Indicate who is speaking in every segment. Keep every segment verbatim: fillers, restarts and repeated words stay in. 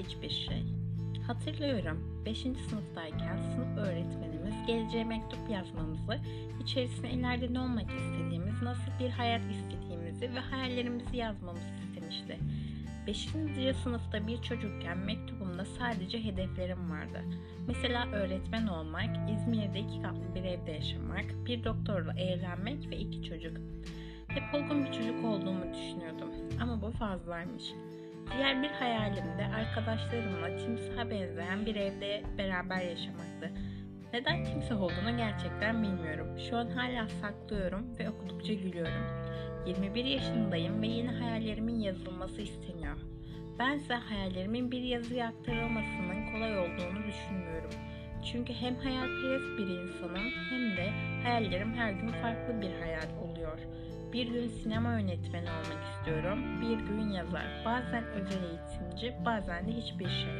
Speaker 1: hiçbir şey. Hatırlıyorum, beşinci sınıftayken sınıf öğretmenimiz geleceğe mektup yazmamızı, içerisine ileride ne olmak istediğimiz, nasıl bir hayat istediğimizi ve hayallerimizi yazmamızı istemişti. beşinci sınıfta bir çocukken mektubumda sadece hedeflerim vardı. Mesela öğretmen olmak, İzmir'de iki katlı bir evde yaşamak, bir doktorla evlenmek ve iki çocuk. Hep olgun bir çocuk olduğumu düşünüyordum ama bu fazlaymış. Diğer bir hayalim de arkadaşlarımla timsaha benzeyen bir evde beraber yaşamaktı. Neden timsah olduğunu gerçekten bilmiyorum. Şu an hala saklıyorum ve okudukça gülüyorum. yirmi bir yaşındayım ve yeni hayallerimin yazılması isteniyor. Bense hayallerimin bir yazıya aktarılmasının kolay olduğunu düşünmüyorum. Çünkü hem hayalperest bir insanım hem de hayallerim her gün farklı bir hayal oluyor. Bir gün sinema yönetmeni olmak istiyorum, bir gün yazar, bazen özel eğitimci, bazen de hiçbir şey.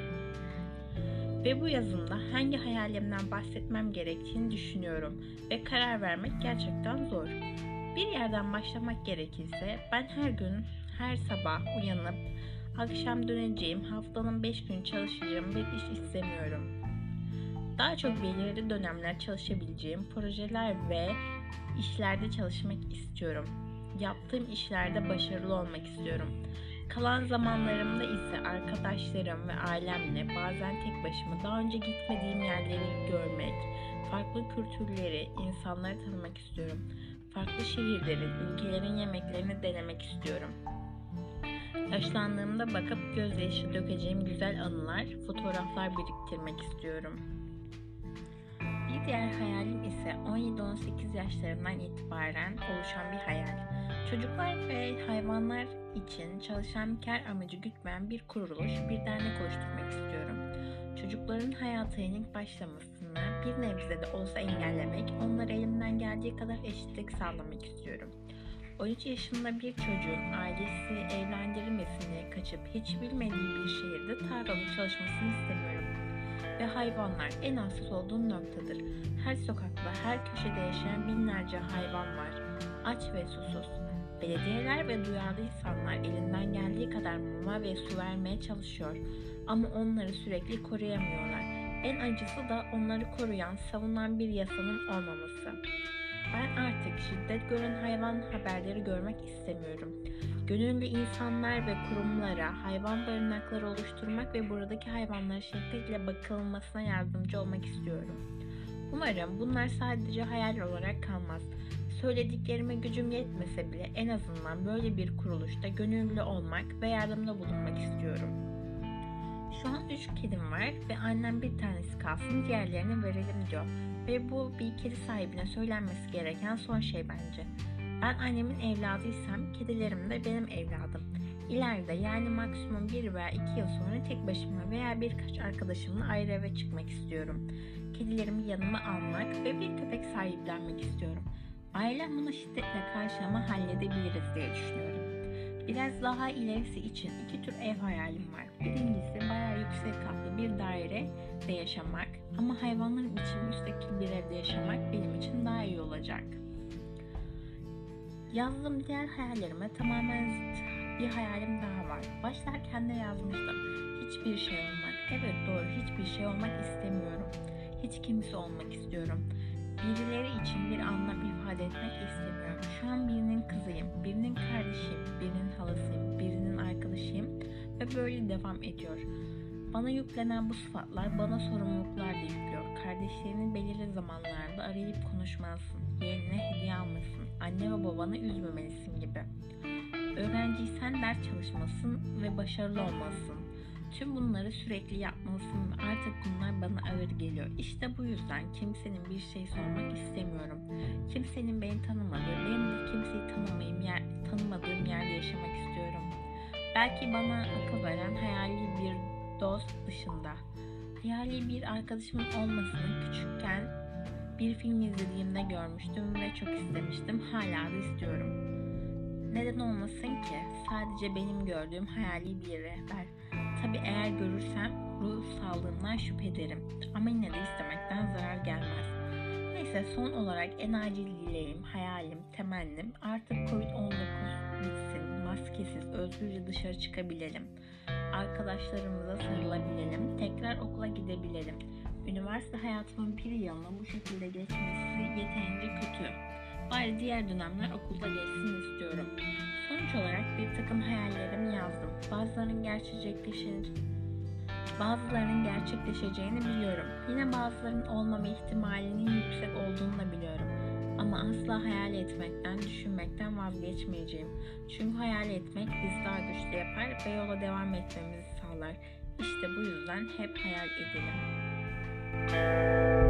Speaker 1: Ve bu yazımda hangi hayalimden bahsetmem gerektiğini düşünüyorum ve karar vermek gerçekten zor. Bir yerden başlamak gerekirse ben her gün, her sabah uyanıp akşam döneceğim, haftanın beş gün çalışacağım bir iş istemiyorum. Daha çok belirli dönemler çalışabileceğim projeler ve işlerde çalışmak istiyorum. Yaptığım işlerde başarılı olmak istiyorum. Kalan zamanlarımda ise arkadaşlarım ve ailemle bazen tek başıma daha önce gitmediğim yerleri görmek, farklı kültürleri, insanları tanımak istiyorum. Farklı şehirlerin, ülkelerin yemeklerini denemek istiyorum. Yaşlandığımda bakıp gözyaşı dökeceğim güzel anılar, fotoğraflar biriktirmek istiyorum. Bir diğer hayalim ise on yedi on sekiz yaşlarımdan itibaren oluşan bir hayal. Çocuklar ve hayvanlar için çalışan kar amacı gütmeyen bir kuruluş, bir dernek oluşturmak istiyorum. Çocukların hayata yenik başlamasını bir nebze de olsa engellemek, onlara elimden geldiği kadar eşitlik sağlamak istiyorum. on üç yaşında bir çocuğun ailesi evlendirilmesin diye kaçıp hiç bilmediği bir şehirde tarlada çalışmasını istemiyorum. Ve hayvanlar en hassas olduğum noktadır. Her sokakta, her köşede yaşayan binlerce hayvan var. Aç ve susuz. Belediyeler ve duyarlı insanlar elinden geldiği kadar mama ve su vermeye çalışıyor. Ama onları sürekli koruyamıyorlar. En acısı da onları koruyan, savunan bir yasanın olmaması. Ben artık şiddet gören hayvan haberleri görmek istemiyorum. Gönüllü insanlar ve kurumlara hayvan barınakları oluşturmak ve buradaki hayvanlara şefkatle bakılmasına yardımcı olmak istiyorum. Umarım bunlar sadece hayal olarak kalmaz. Söylediklerime gücüm yetmese bile en azından böyle bir kuruluşta gönüllü olmak ve yardımda bulunmak istiyorum. Şu an üç kedim var ve annem bir tanesi kalsın diğerlerini verelim diyor. Ve bu bir kedi sahibine söylenmesi gereken son şey bence. Ben annemin evladıysam kedilerim de benim evladım. İleride yani maksimum bir veya iki yıl sonra tek başıma veya birkaç arkadaşımla ayrı eve çıkmak istiyorum. Kedilerimi yanıma almak ve bir köpek sahiplenmek istiyorum. Ailem buna şiddetle karşı ama halledebiliriz diye düşünüyorum. Biraz daha ilerisi için iki tür ev hayalim var. Birincisi bayağı yüksek katlı bir dairede yaşamak ama hayvanlarım için müstakil bir evde yaşamak benim için daha iyi olacak. Yazdığım diğer hayallerime tamamen zıt bir hayalim daha var. Başlarken de yazmıştım. Hiçbir şey olmak. Evet doğru, hiçbir şey olmak istemiyorum. Hiç kimse olmak istiyorum. Birileri için bir anlam ifade etmek istemiyorum. Şu an birinin kızıyım, birinin kardeşiyim, birinin halasıyım, birinin arkadaşıyım ve böyle devam ediyor. Bana yüklenen bu sıfatlar bana sorumluluklar da yüklüyor. Kardeşlerini belirli zamanlarda arayıp konuşmalısın, yeğenine hediye almalısın, anne ve babanı üzmemelisin gibi. Öğrenciysen ders çalışmalısın ve başarılı olmalısın. Tüm bunları sürekli yapmalısın ve artık bunlar bana ağır geliyor. İşte bu yüzden kimsenin bir şey sormak istemiyorum. Kimsenin beni tanımadığı, benim de kimseyi tanımayayım yer, tanımadığım yerde yaşamak istiyorum. Belki bana akıl veren hayali bir dost dışında. Hayali bir arkadaşımın olmasını küçükken bir film izlediğimde görmüştüm ve çok istemiştim. Hala da istiyorum. Neden olmasın ki? Sadece benim gördüğüm hayali bir rehber. Tabi eğer görürsem ruh sağlığımdan şüphe ederim. Ama yine de istemekten zarar gelmez. Neyse son olarak en acil dileğim, hayalim, temennim artık kovid on dokuz bitsin. maskesiz, özgürce dışarı çıkabilelim. Arkadaşlarımıza sarılabilelim. Tekrar okula gidebilelim. Üniversite hayatımın bir yılının bu şekilde geçmesi yeterince kötü. Bari diğer dönemler okulda geçsin istiyorum. Sonuç olarak bir takım hayallerimi yazdım. Bazılarının gerçekleşeceğini, bazılarının gerçekleşeceğini biliyorum. Yine bazılarının olmama ihtimalinin yüksek olduğunu da biliyorum. Ama asla hayal etmekten, düşünmekten vazgeçmeyeceğim. Çünkü hayal etmek bizi daha güçlü yapar ve yola devam etmemizi sağlar. İşte bu yüzden hep hayal edelim.